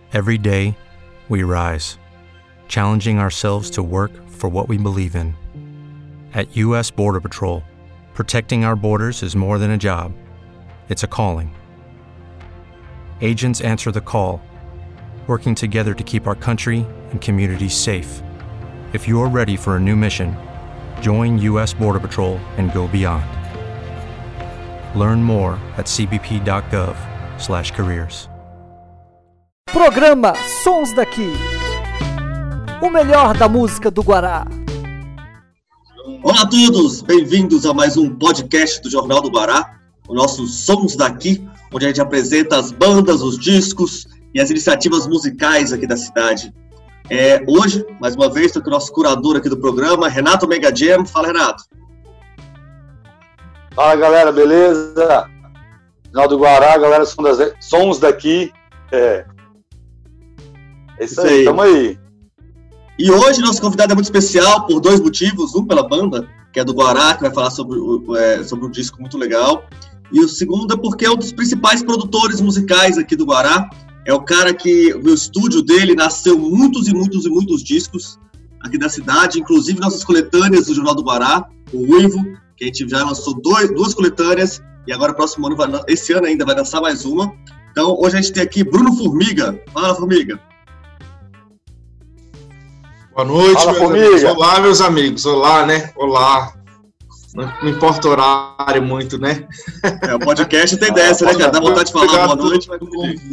Every day, we rise, challenging ourselves to work for what we believe in. At U.S. Border Patrol, protecting our borders is more than a job. It's a calling. Agents answer the call, working together to keep our country and communities safe. If you're ready for a new mission, join U.S. Border Patrol and go beyond. Learn more at cbp.gov/careers. Programa Sons daqui. O melhor da música do Guará. Olá a todos, bem-vindos a mais um podcast do Jornal do Guará, o nosso Sons daqui, onde a gente apresenta as bandas, os discos e as iniciativas musicais aqui da cidade. Hoje, mais uma vez, estou com o nosso curador aqui do programa, Renato Mega Jam. Fala, Renato. Fala, galera, beleza? Jornal do Guará, galera, Sons daqui. É isso aí, tamo aí. E hoje nosso convidado é muito especial por dois motivos. Um, pela banda, que é do Guará, que vai falar sobre um disco muito legal. E o segundo é porque é um dos principais produtores musicais aqui do Guará. É o cara que, no estúdio dele, nasceu muitos discos aqui da cidade, inclusive nossas coletâneas do Jornal do Guará, o Uivo, que a gente já lançou duas coletâneas, e agora próximo ano, esse ano ainda vai lançar mais uma. Então hoje a gente tem aqui Bruno Formiga. Fala, Formiga. Boa noite, fala, meus amigos. Olá, meus amigos. Olá, né? Olá. Não importa o horário muito, né? O podcast tem dessa, né, cara? Dá vontade de falar boa noite, mas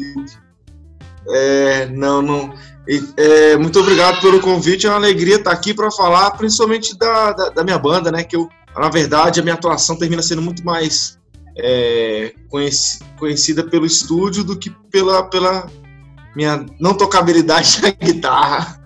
muito obrigado pelo convite. É uma alegria estar aqui para falar, principalmente da minha banda, né? Que na verdade, a minha atuação termina sendo muito mais conhecida pelo estúdio do que pela minha não tocabilidade na guitarra.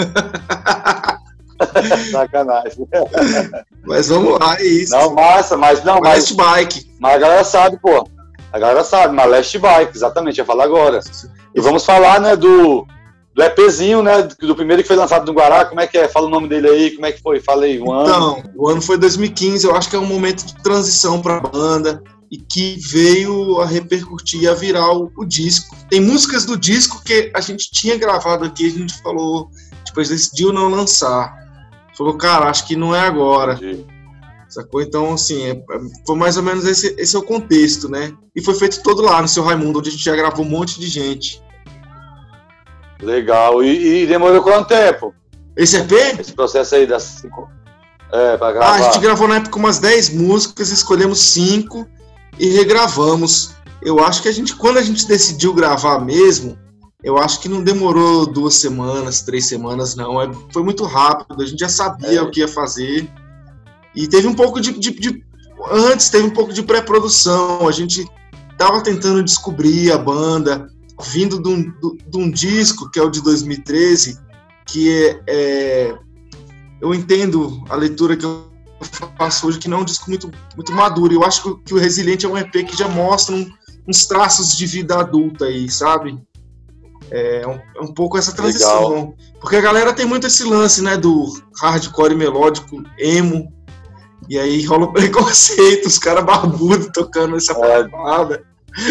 Sacanagem. Mas vamos lá, é isso. Não, massa, mas Last Bike. Mas a galera sabe, pô. A galera sabe, mas Last Bike, exatamente, ia falar agora. E vamos falar, né, do EPzinho, né, do primeiro que foi lançado no Guará. Como é que é? Fala o nome dele aí, como é que foi? Fala aí, o ano. Então, o ano foi 2015, eu acho que é um momento de transição pra banda e que veio a repercutir e a virar o disco. Tem músicas do disco que a gente tinha gravado aqui, a gente falou, depois decidiu não lançar. Falou, cara, acho que não é agora. Entendi. Sacou? Então, assim, foi mais ou menos esse é o contexto, né? E foi feito todo lá no Seu Raimundo, onde a gente já gravou um monte de gente. Legal. E demorou quanto tempo? Esse EP? Esse processo aí das 5. Pra gravar. A gente gravou na época umas 10 músicas, escolhemos 5 e regravamos. Eu acho que quando a gente decidiu gravar mesmo, eu acho que não demorou 2 semanas, 3 semanas, não. Foi muito rápido, a gente já sabia o que ia fazer. E teve um pouco antes teve um pouco de pré-produção. A gente estava tentando descobrir a banda, vindo de um disco, que é o de 2013, que eu entendo a leitura que eu faço hoje, que não é um disco muito, muito maduro. Eu acho que o Resiliente é um EP que já mostra uns traços de vida adulta aí, sabe? É um pouco essa transição. Legal. Porque a galera tem muito esse lance, né, do hardcore melódico, emo, e aí rola o preconceito, os caras barbudos tocando essa parada.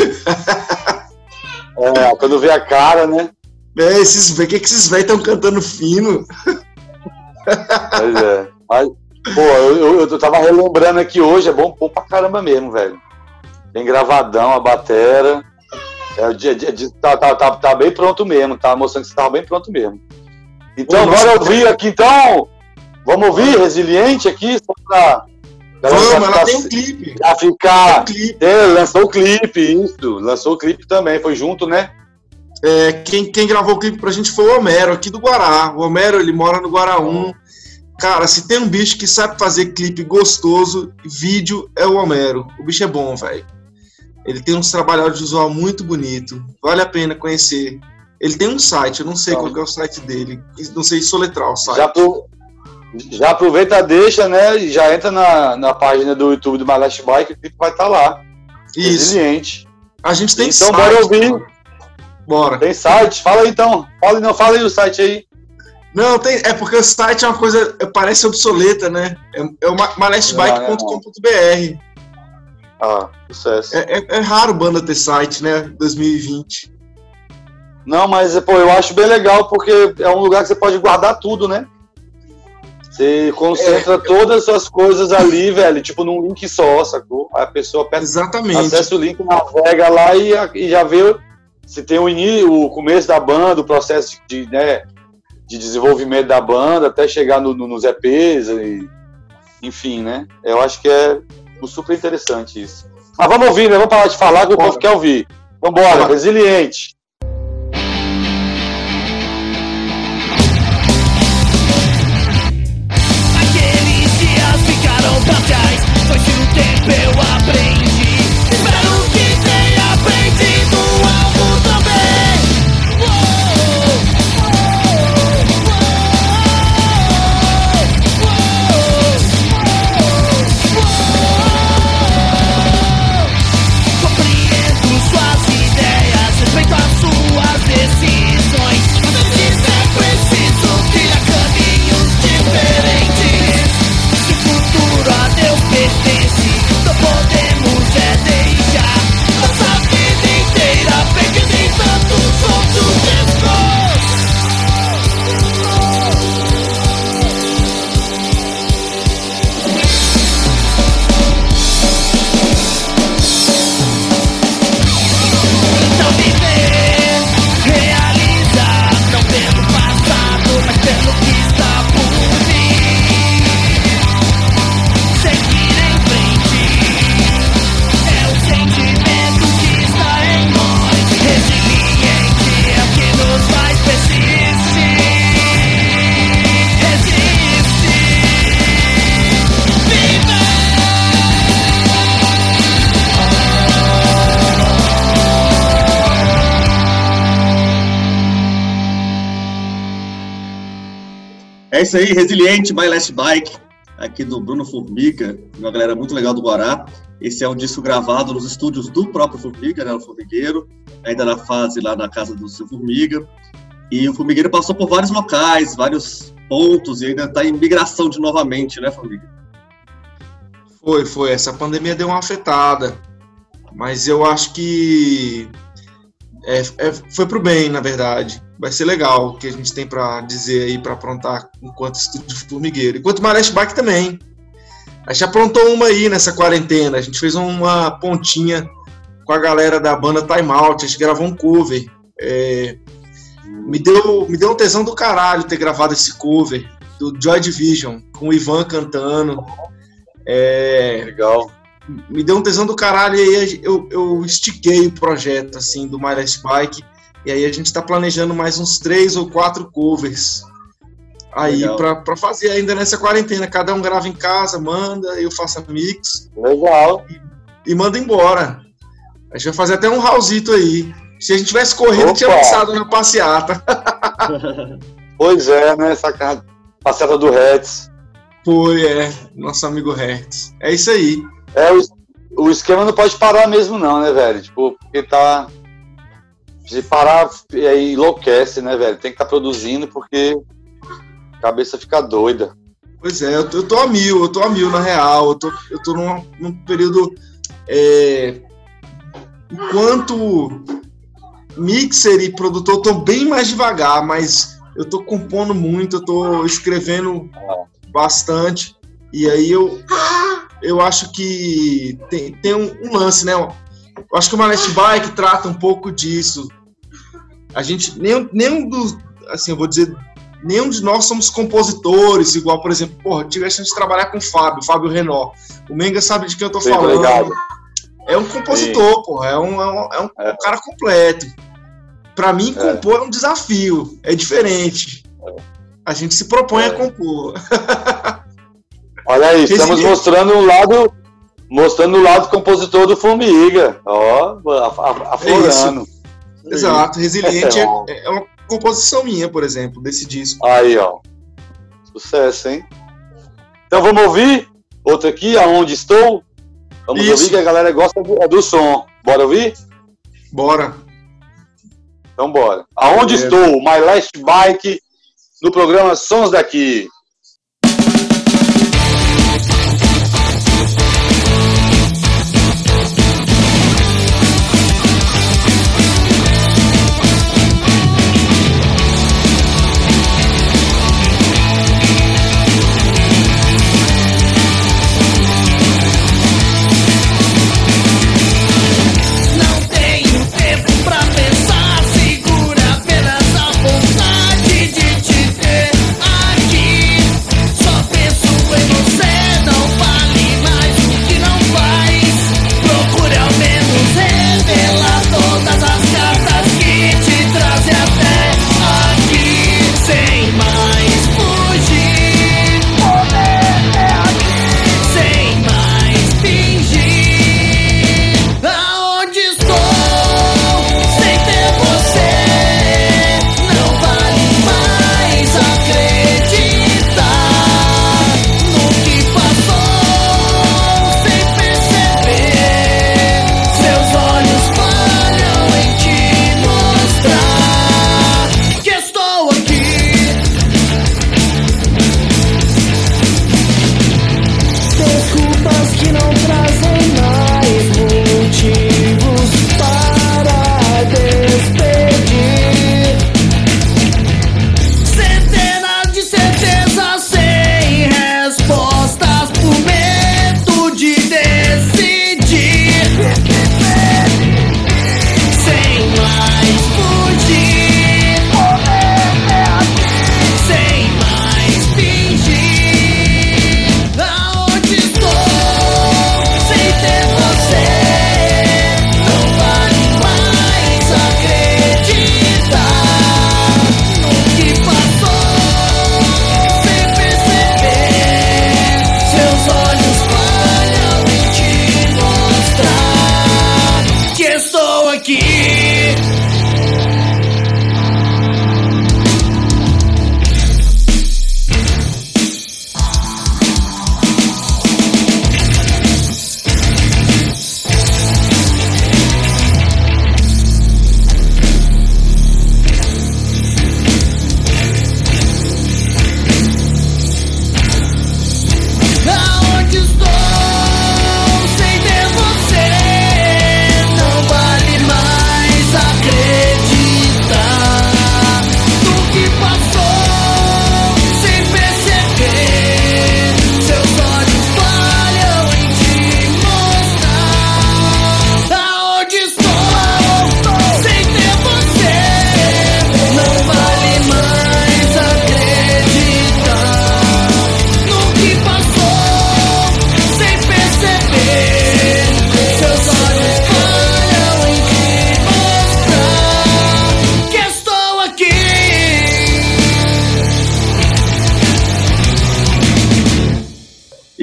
Quando vê a cara, né? Que esses velhos estão cantando fino. Pois é. Mas, pô, eu tava relembrando aqui hoje, é bom pra caramba mesmo, velho. Bem gravadão, a batera. Tá bem pronto mesmo, tá mostrando que você tava bem pronto mesmo. Então, bora ouvir aqui, então. Vamos ouvir Resiliente aqui, só pra... Vamos, ela tem um clipe. Já ficar... lançou o clipe, isso. Lançou o clipe também, foi junto, né? Quem gravou o clipe pra gente foi o Homero, aqui do Guará. O Homero, ele mora no Guará 1. Cara, se tem um bicho que sabe fazer clipe gostoso, vídeo, é o Homero. O bicho é bom, velho. Ele tem uns trabalhos visual muito bonito. Vale a pena conhecer. Ele tem um site, eu não sei qual que é o site dele. Não sei soletrar o site. Já aproveita, deixa, né? E já entra na página do YouTube do My Last Bike, o clipe vai estar lá. Isso. Resiliente. A gente tem então, site. Então bora ouvir. Cara. Bora. Tem site? Fala aí então. Fala aí o site aí. Não, é porque o site é uma coisa, parece obsoleta, né? É o mylastbike.com.br. Sucesso. É raro banda ter site, né? 2020. Não, mas pô, eu acho bem legal porque é um lugar que você pode guardar tudo, né? Você concentra todas as suas coisas ali, velho, tipo num link só, sacou? Aí a pessoa Exatamente. acessa o link, navega lá e já vê se tem o começo da banda, o processo de desenvolvimento da banda, até chegar nos EPs, enfim, né? Eu acho que é super interessante isso. Mas vamos ouvir, né? Vamos parar de falar que o povo quer ouvir. Vambora, Resiliente. Foi-se o tempo, eu aprendi. Espero que tenha aprendido algo também. Compreendo suas ideias, respeito as suas decisões. Às vezes é preciso trilhar caminhos diferentes. Se o futuro a Deus pertence, não podemos deixar nossa vida inteira perdida em tantos outros discos. Então viver, realizar, não pelo passado, mas pelo que está por vir. Seguir em frente é o sentimento que está em nós. Resiliente é o que nos faz persistir. Resistir, viver. É isso aí, Resiliente, My Last Bike, aqui do Bruno Formiga, uma galera muito legal do Guará. Esse é um disco gravado nos estúdios do próprio Formiga, né, o Formigueiro, ainda na fase lá na casa do seu Formiga. E o Formigueiro passou por vários locais, vários pontos, e ainda está em migração de novamente, né, Formiga? Foi. Essa pandemia deu uma afetada. Mas eu acho que foi pro bem, na verdade. Vai ser legal o que a gente tem para dizer aí, para aprontar enquanto estúdio Formigueiro. Enquanto My Last Bike também. A gente aprontou uma aí nessa quarentena. A gente fez uma pontinha com a galera da banda Time Out. A gente gravou um cover. Me deu um tesão do caralho ter gravado esse cover do Joy Division, com o Ivan cantando. Legal. Me deu um tesão do caralho e aí eu estiquei o projeto assim, do My Last Bike. E aí a gente tá planejando mais uns 3 ou 4 covers aí pra fazer ainda nessa quarentena. Cada um grava em casa, manda, eu faço a mix. Legal. E manda embora. A gente vai fazer até um houseito aí. Se a gente tivesse corrido, tinha lançado na passeata. Pois é, né? Essa passeata do Hertz. Nosso amigo Hertz. É isso aí. O esquema não pode parar mesmo não, né, velho? Tipo, porque tá... Se parar, aí enlouquece, né, velho? Tem que estar produzindo porque a cabeça fica doida. Pois é, eu tô a mil, na real. Eu tô num período... Enquanto mixer e produtor, eu tô bem mais devagar, mas eu tô compondo muito, eu tô escrevendo bastante. E aí eu acho que tem um lance, né? Eu acho que o My Last Bike trata um pouco disso. A gente, nenhum dos, assim, eu vou dizer, nenhum de nós somos compositores, igual, por exemplo, eu tive a chance de trabalhar com o Fábio Renó. O Menga sabe de quem eu tô falando. Obrigado. É um compositor, é um cara completo. Pra mim, compor é um desafio, é diferente. A gente se propõe a compor. Olha aí, estamos mostrando o lado compositor do Formiga. Aflorando. Exato, Resiliente é uma composição minha, por exemplo, desse disco. Aí, ó. Sucesso, hein? Então vamos ouvir outro aqui, Aonde Estou? Vamos ouvir que a galera gosta do som. Bora ouvir? Bora. Então bora. Aonde Estou? My Last Bike, no programa Sons Daqui.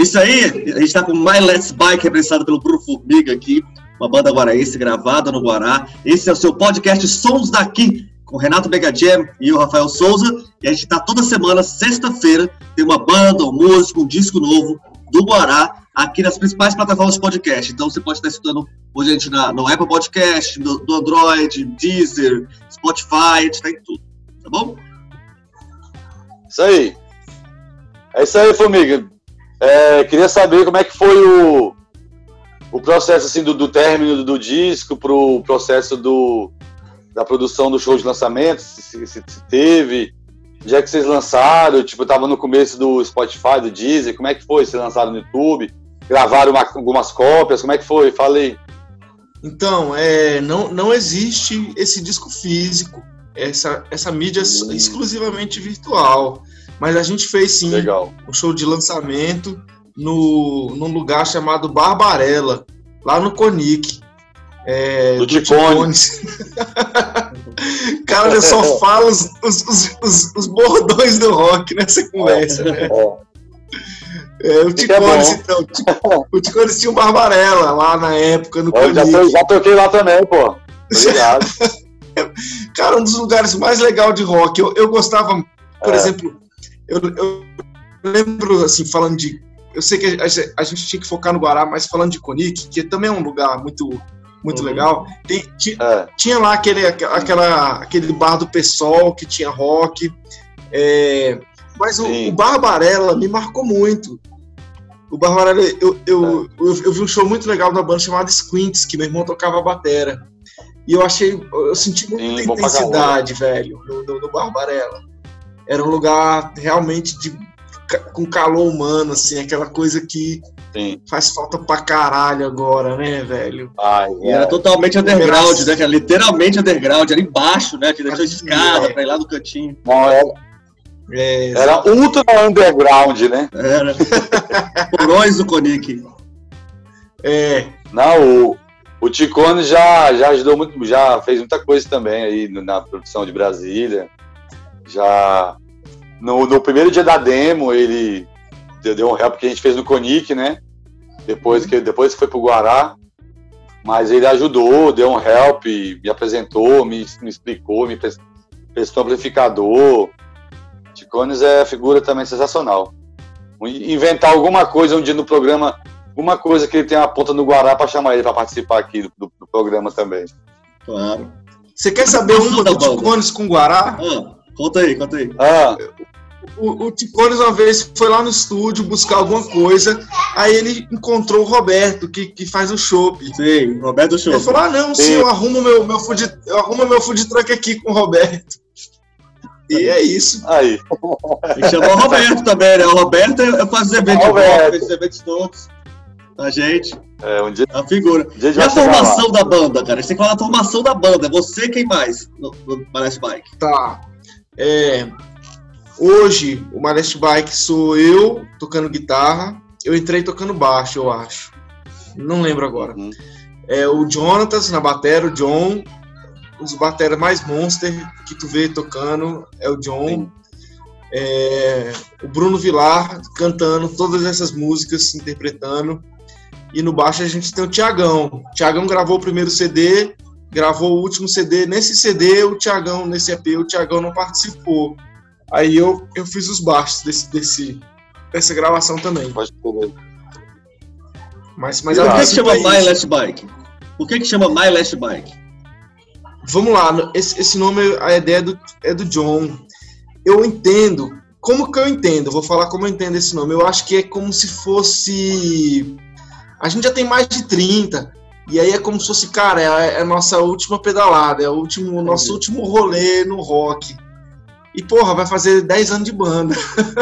Isso aí, a gente tá com My Let's Bike, representado pelo Bruno Formiga aqui, uma banda guaraense gravada no Guará. Esse é o seu podcast Sons Daqui, com Renato Megajam e o Rafael Souza. E a gente tá toda semana, sexta-feira, tem uma banda, um músico, um disco novo do Guará, aqui nas principais plataformas de podcast. Então você pode estar escutando hoje a gente no Apple Podcast, do Android, Deezer, Spotify, a gente tá em tudo, tá bom? Isso aí. É isso aí, Formiga. Queria saber como é que foi o processo assim, do término do disco pro processo da produção do show de lançamento, se teve, onde é que vocês lançaram, tipo, tava no começo do Spotify, do Deezer, como é que foi? Vocês lançaram no YouTube, gravaram algumas cópias, como é que foi? Fala aí. Então, não existe esse disco físico, essa mídia é exclusivamente virtual, mas a gente fez sim um show de lançamento num lugar chamado Barbarella, lá no Conic. Do Ticones. Cara, eu só falo os bordões do rock nessa conversa, né? O Ticones, então. O Ticones tinha um Barbarella lá na época, no Conic. Já toquei lá também, pô. Obrigado. Cara, um dos lugares mais legais de rock. Eu gostava, por exemplo, eu lembro, assim, falando de... Eu sei que a gente tinha que focar no Guará, mas falando de Conic, que também é um lugar muito legal. Tinha lá aquele bar do PSOL que tinha rock. Mas o Barbarella me marcou muito. O Barbarella, eu vi um show muito legal da banda chamada Squints, que meu irmão tocava a batera. E eu senti muita intensidade, velho, no Barbarella. Era um lugar realmente com calor humano, assim, aquela coisa que faz falta pra caralho agora, né, velho? Era totalmente underground, né? Era literalmente underground, era embaixo, né? Que deixou escada pra ir lá no cantinho. Não, era ultra underground, né? Era. Porões do Conic. Não, o Ticone já ajudou muito, já fez muita coisa também aí na produção de Brasília. Já no primeiro dia da demo, ele deu um help que a gente fez no Conic, né? Depois que foi pro Guará. Mas ele ajudou, deu um help, me apresentou, me explicou, me prestou amplificador. Ticones é figura também sensacional. Inventar alguma coisa um dia no programa, alguma coisa que ele tenha uma ponta no Guará para chamar ele para participar aqui do programa também. Claro. Você quer saber uma do Ticones com Guará? Conta aí. O Ticones uma vez foi lá no estúdio buscar alguma coisa, aí ele encontrou o Roberto, que faz o chopp. Sim, Roberto Chopp. Ele falou, não, sim, eu arrumo meu food truck aqui com o Roberto. E é isso. Aí. E chamou o Roberto também, né? O Roberto faz os eventos, faz os eventos todos. A gente. Um dia. A figura. E a formação da banda, cara? A gente tem que falar da formação da banda. Você, quem mais no My Let's Bike? Tá. Hoje, o My Let's Bike sou eu tocando guitarra. Eu entrei tocando baixo, eu acho. Não lembro agora. O Jonatas na batera, o John. Os bateras mais monster que tu vê tocando é o John. O Bruno Vilar cantando todas essas músicas, interpretando. E no baixo a gente tem o Thiagão. O Thiagão gravou o primeiro CD, gravou o último CD. Nesse CD, nesse EP, o Thiagão não participou. Aí eu fiz os baixos dessa gravação também. Mas por que chama My Let's Bike? Por que chama My Let's Bike? Vamos lá, esse nome, a ideia é do John. Eu entendo. Como que eu entendo? Vou falar como eu entendo esse nome. Eu acho que é como se fosse... A gente já tem mais de 30. E aí é como se fosse, cara, é a nossa última pedalada. É o nosso último rolê no rock. E, porra, vai fazer 10 anos de banda.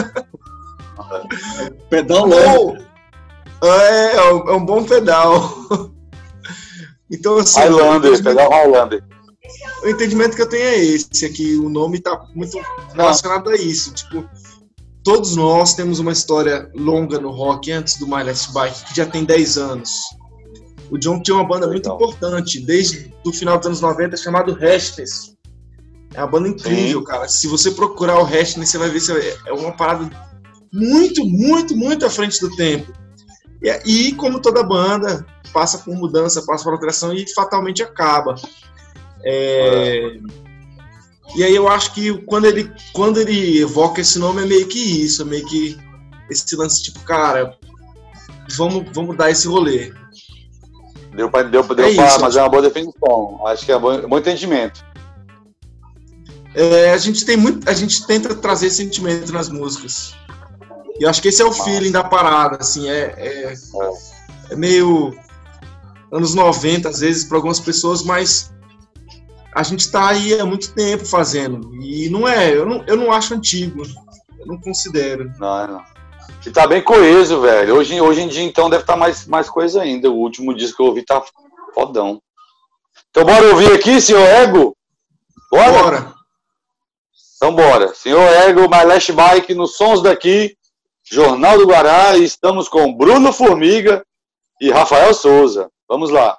Pedal longo. É um bom pedal. Então, assim... pedal Highlander. O entendimento que eu tenho é esse aqui, o nome tá muito relacionado a isso, tipo, todos nós temos uma história longa no rock antes do My Let's Bike, que já tem 10 anos. O John tinha uma banda muito importante, desde o final dos anos 90, chamado Rashness. É uma banda incrível, cara. Se você procurar o Rashness, você vai ver, é uma parada muito, muito, muito à frente do tempo. E como toda banda, passa por mudança, passa por alteração e fatalmente acaba. E aí eu acho que quando ele evoca esse nome é meio que isso, é meio que esse lance tipo, cara, vamos dar esse rolê. Deu pra mas é uma boa definição. Acho que é bom entendimento. A gente tenta trazer sentimento nas músicas. E eu acho que esse é o feeling da parada, assim, é meio anos 90, às vezes, para algumas pessoas, mas a gente tá aí há muito tempo fazendo. E não é, eu não acho antigo, eu não considero. Não. E tá bem coeso, velho. Hoje em dia, então, deve estar mais coisa ainda. O último disco que eu ouvi tá fodão. Então, bora ouvir aqui, senhor Ego? Bora? Então, bora. Senhor Ego, My Last Bike, nos Sons Daqui, Jornal do Guará, e estamos com Bruno Formiga e Rafael Souza. Vamos lá.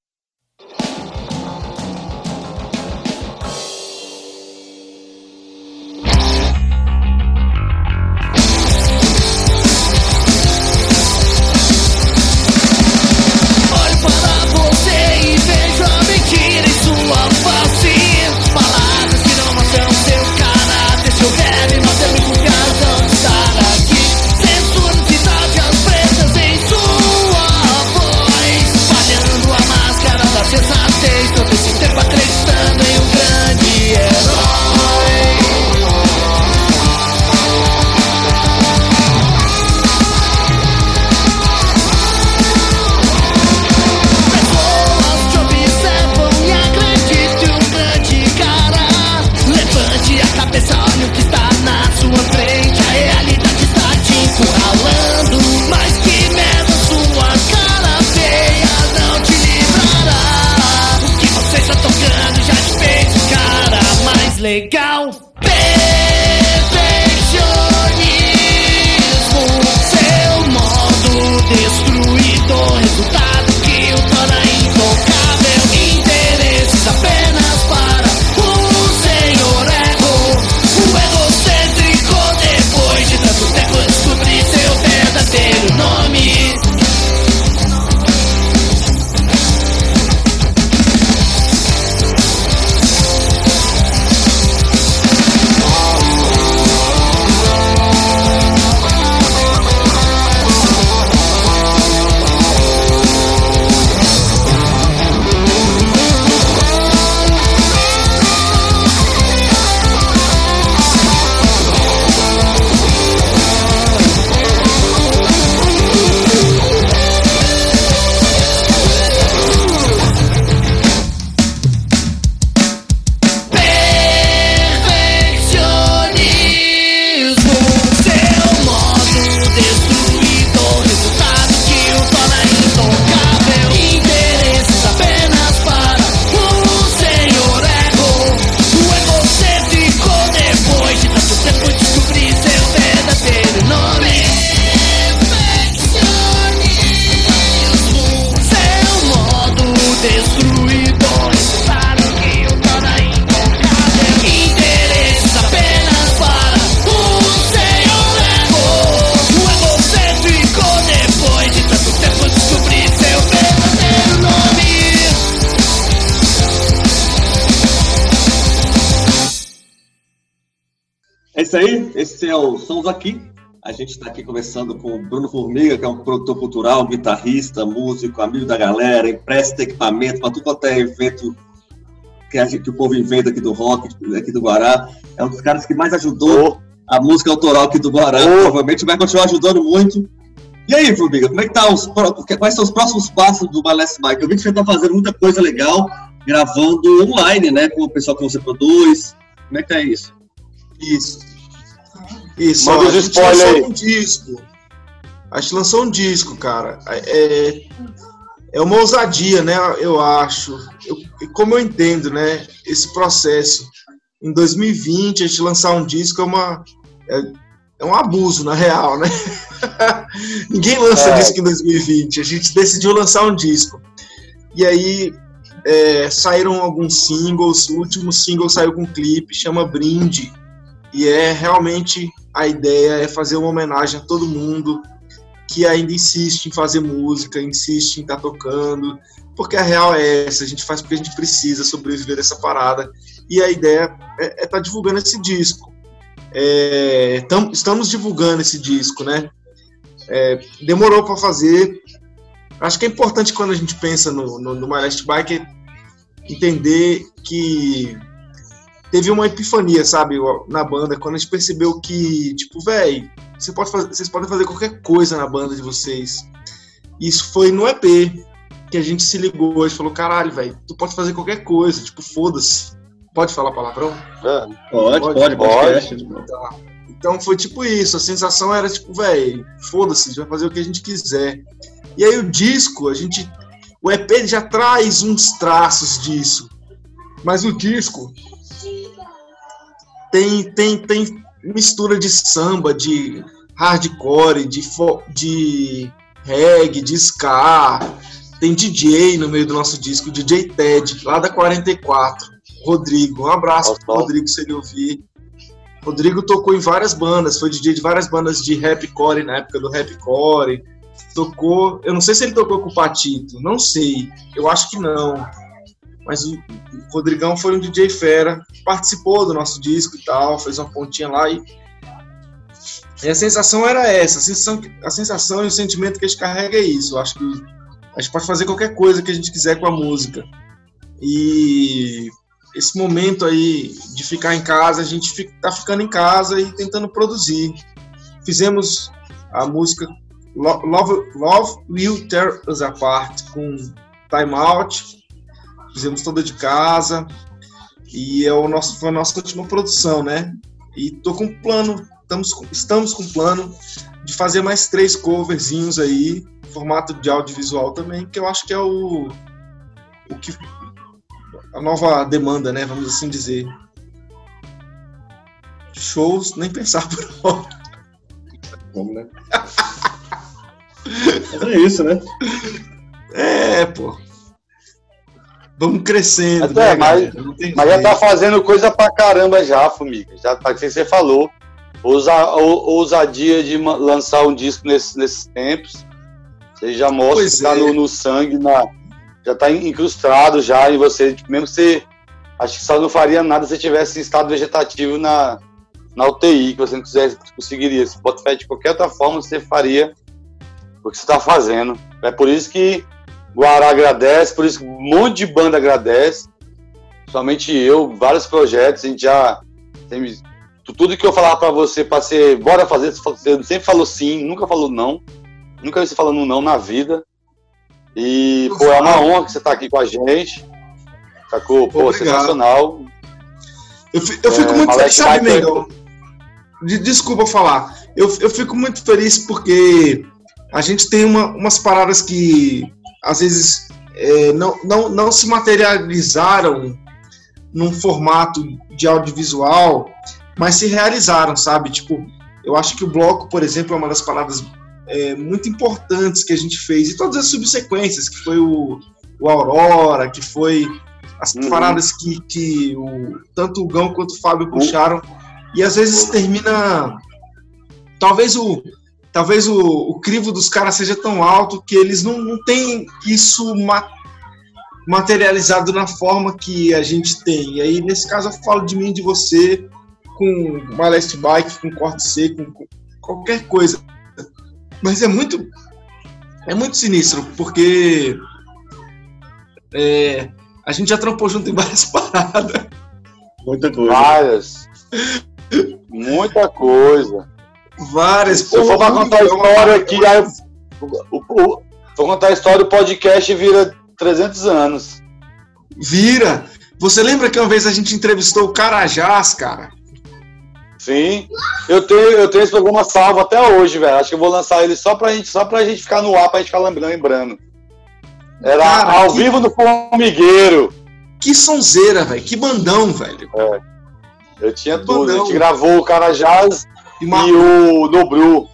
Legal, perfeccionismo, seu modo destruidor, resultado que o torna intocável, interesses apenas para o senhor ego, o egocêntrico, depois de tanto tempo descobrir seu verdadeiro nome. É isso aí, esse é o Sons Aqui. A gente está aqui conversando com o Bruno Formiga, que é um produtor cultural, guitarrista, músico, amigo da galera, empresta equipamento para tudo quanto é evento que o povo inventa aqui do rock, aqui do Guará. É um dos caras que mais ajudou a música autoral aqui do Guará. Provavelmente vai continuar ajudando muito. E aí, Formiga, como é que tá quais são os próximos passos do My Last Bike? Eu vi que você está fazendo muita coisa legal, gravando online, né, com o pessoal que você produz. Como é que tá isso? Isso. Manda a gente spoiler lançou aí. um disco. A gente lançou um disco, cara. É uma ousadia, né? Eu acho. Como eu entendo, né? Esse processo. Em 2020, a gente lançar um disco é um abuso, na real, né? Ninguém lança disco em 2020. A gente decidiu lançar um disco. E aí saíram alguns singles. O último single saiu com um clipe, chama Brinde. E realmente a ideia é fazer uma homenagem a todo mundo que ainda insiste em fazer música, insiste em estar tocando, porque a real é essa, a gente faz porque a gente precisa sobreviver dessa parada, e a ideia é estar divulgando esse disco. Estamos divulgando esse disco, né? Demorou para fazer. Acho que é importante quando a gente pensa no My Last Bike entender que teve uma epifania, sabe, na banda, quando a gente percebeu que, tipo, velho, vocês podem fazer qualquer coisa na banda de vocês. Isso foi no EP que a gente se ligou, a gente falou, caralho, velho, tu pode fazer qualquer coisa, tipo, foda-se. Pode falar palavrão? Pode. Então foi tipo isso, a sensação era tipo, velho, foda-se, a gente vai fazer o que a gente quiser. E aí o disco, o EP já traz uns traços disso, mas o disco tem mistura de samba, de hardcore, de reggae, de ska, tem DJ no meio do nosso disco, DJ Ted, lá da 44, Rodrigo, um abraço pro Rodrigo se ele ouvir. Rodrigo tocou em várias bandas, foi DJ de várias bandas de rapcore na época do rapcore. Tocou, eu não sei se ele tocou com o Patito, não sei, eu acho que não. Mas o Rodrigão foi um DJ fera, participou do nosso disco e tal, fez uma pontinha lá e a sensação era essa, a sensação e o sentimento que a gente carrega é isso. Eu acho que a gente pode fazer qualquer coisa que a gente quiser com a música. E esse momento aí de ficar em casa, a gente tá ficando em casa e tentando produzir. Fizemos a música Love Will Tear Us Apart com Time Out, fizemos toda de casa e foi a nossa última produção, né? E tô com um plano, estamos com um plano de fazer mais 3 coverzinhos aí, formato de audiovisual também, que eu acho que é o que a nova demanda, né? Vamos assim dizer. Shows, nem pensar por hora. Vamos, né? É isso, né? Pô. Vamos crescendo, né, mas já tá fazendo coisa pra caramba já, Fumiga. Já tá, que você falou. Ousadia de lançar um disco nesses tempos. Você já mostra que tá no sangue, já tá incrustado já em você. Tipo, mesmo que você, acho que só não faria nada se você tivesse em estado vegetativo na UTI, que você não conseguiria. Se pode fazer de qualquer outra forma, você faria o que você tá fazendo. É por isso que Guará agradece, por isso que um monte de banda agradece. Somente eu, vários projetos, a gente já tem, tudo que eu falava pra você, bora fazer, você sempre falou sim, nunca falou não. Nunca vi você falando não na vida. E, pô, é uma honra que você tá aqui com a gente. Sacou? Pô, sensacional. Eu fico muito feliz, sabe, Mengão? Desculpa falar. Eu fico muito feliz porque a gente tem umas paradas que às vezes não se materializaram num formato de audiovisual, mas se realizaram, sabe? Tipo, eu acho que o bloco, por exemplo, é uma das paradas muito importantes que a gente fez, e todas as subsequências, que foi o Aurora, que foi as paradas que tanto o Gão quanto o Fábio puxaram, e às vezes termina, talvez o crivo dos caras seja tão alto que eles não têm isso materializado na forma que a gente tem. E aí, nesse caso, eu falo de mim e de você, com My Last Bike, com Corte C, com qualquer coisa. Mas é muito sinistro, porque a gente já trampou junto em várias paradas. Muita coisa. Várias. Muita coisa. Várias. Se eu for pra contar a história aqui, vou contar a história do podcast vira 300 anos. Vira. Você lembra que uma vez a gente entrevistou o Carajás, cara? Sim. Eu tenho esse programa salvo até hoje, velho. Acho que eu vou lançar ele só pra gente ficar no ar, pra gente ficar lembrando. Era cara, ao vivo no Formigueiro. Que sonzeira, velho. Que bandão, velho. Eu tinha tudo. Bandão. A gente gravou o Carajás e o Nobru.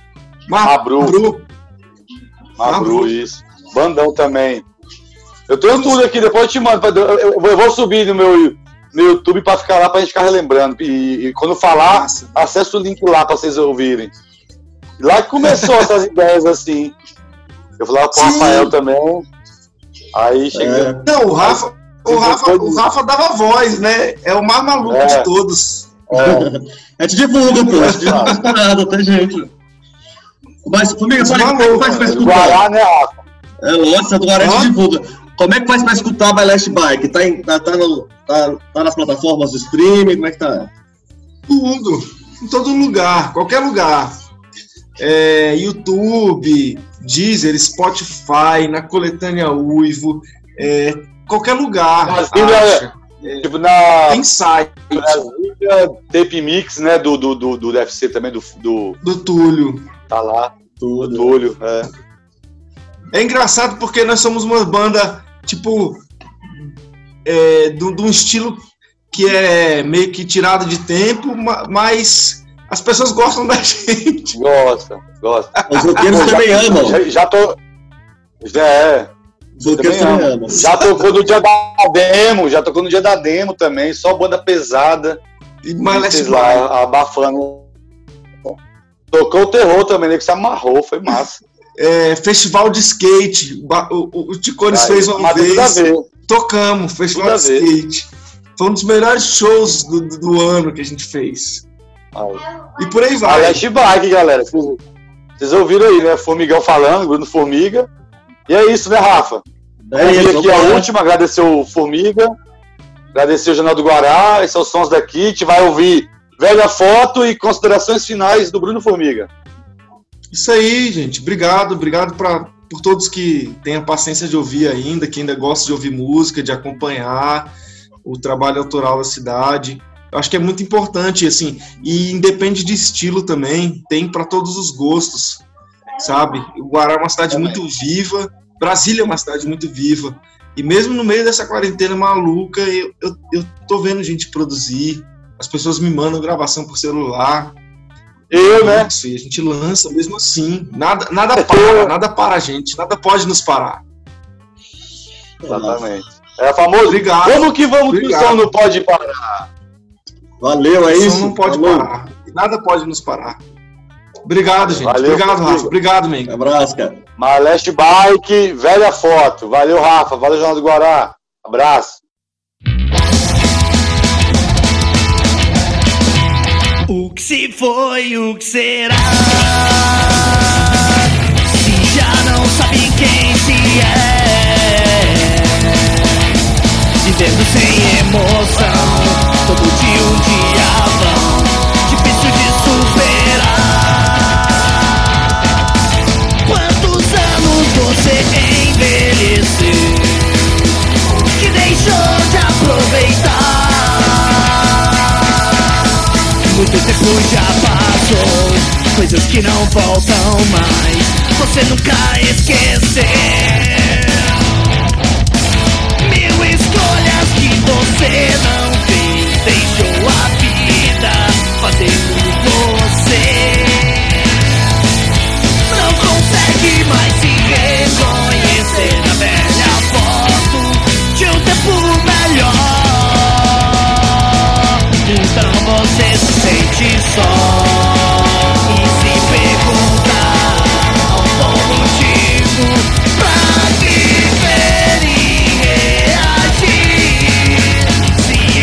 Mabru, isso. Bandão também. Eu tenho tudo aqui, depois eu te mando. Eu vou subir no meu no YouTube pra ficar lá pra gente ficar relembrando. E quando falar, acessa o link lá pra vocês ouvirem. Lá que começou essas ideias assim. Eu falava pro Rafael também. Aí cheguei. Não, o Rafa dava voz, né? É o mais maluco de todos. A gente divulga, pô. A gente divulga nada, tá, gente? Mas, Formiga, como é que faz pra escutar? Guará, né, Rafa? É lógico, do Guará a gente divulga. Como é que faz pra escutar My Last Bike? Tá nas plataformas do streaming? Como é que tá? Tudo. Em todo lugar, qualquer lugar. YouTube, Deezer, Spotify, na Coletânea Uivo, qualquer lugar. Brasília, tipo tem site. Brasília, Tape Mix, né, do UFC também, do Túlio. Tá lá, do Túlio, É engraçado porque nós somos uma banda, tipo, de um estilo que é meio que tirado de tempo, mas as pessoas gostam da gente. Gosta. Os roqueiros também amam. Já tô... Os roqueiros também amam. Já tocou no dia da demo, também, só banda pesada. E mais lá, abafando. Tocou o terror também, né, que se amarrou, foi massa. Festival de skate, o Ticones fez uma vez. Tocamos, festival de skate. Foi um dos melhores shows do ano que a gente fez. E por aí vai. Last Bike, galera. Vocês ouviram aí, né? Formigão falando, Bruno Formiga. E é isso, né, Rafa? Vamos vir aqui a última, agradecer o Formiga, agradecer o Jornal do Guará, esses são os sons daqui. A gente vai ouvir Velha Foto e considerações finais do Bruno Formiga. Isso aí, gente. Obrigado por todos que têm a paciência de ouvir ainda, que ainda gostam de ouvir música, de acompanhar o trabalho autoral da cidade. Eu acho que é muito importante, assim, e independe de estilo também, tem para todos os gostos, sabe? O Guará é uma cidade muito viva, Brasília é uma cidade muito viva, e mesmo no meio dessa quarentena maluca, eu tô vendo gente produzir, as pessoas me mandam gravação por celular, né? Isso, e a gente lança mesmo assim, nada para a gente, nada pode nos parar. Exatamente. Famoso, obrigado. Vamos que o som não pode parar. Valeu, é isso. O som não pode parar, nada pode nos parar. Obrigado, gente. Valeu, obrigado, Rafa. Obrigado, Menga. Abraço, cara. My Last Bike, Velha Foto. Valeu, Rafa. Valeu, Jornal do Guará. Abraço. O que se foi, o que será? Se já não sabe quem se é, vivendo sem emoção, todo dia um dia vão, difícil de superar. Quantos anos você envelheceu, que deixou de aproveitar? Muito tempo já passou, coisas que não voltam mais, você nunca esqueceu. Mil escolhas que você não fez, deixou a vida fazer por você. Não consegue mais se reconhecer na velha foto de um tempo melhor. Então você se sente só e se pergunta um bom motivo pra viver e reagir. Se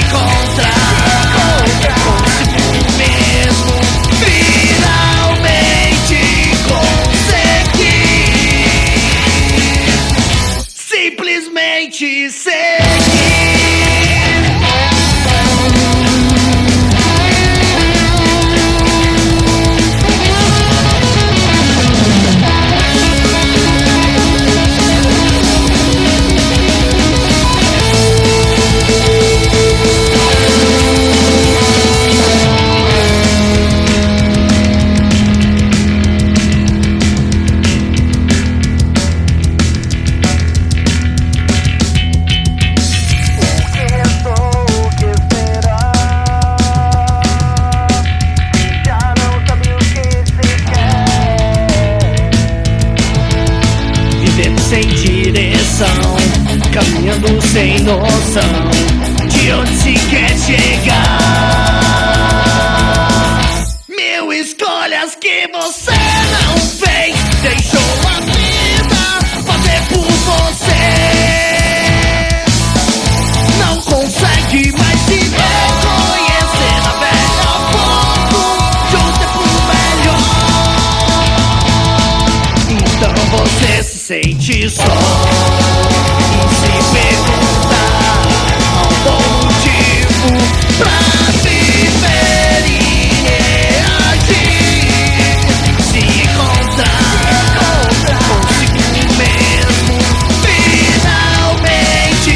você não fez, deixou a vida fazer por você. Não consegue mais se reconhecer na velha foto de um tempo melhor. Então você se sente só e se perguntar ao bom motivo pra viver e reagir, se encontrar consigo mesmo, finalmente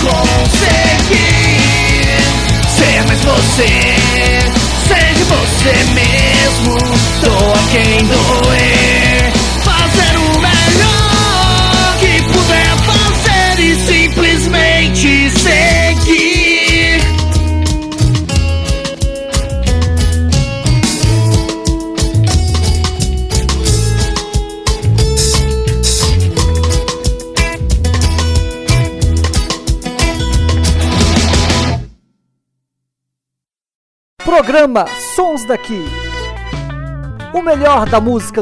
conseguir ser mais você, seja você mesmo, doa quem doer, fazer o melhor que puder fazer e simplesmente seguir. Programa Sons daqui. O melhor da música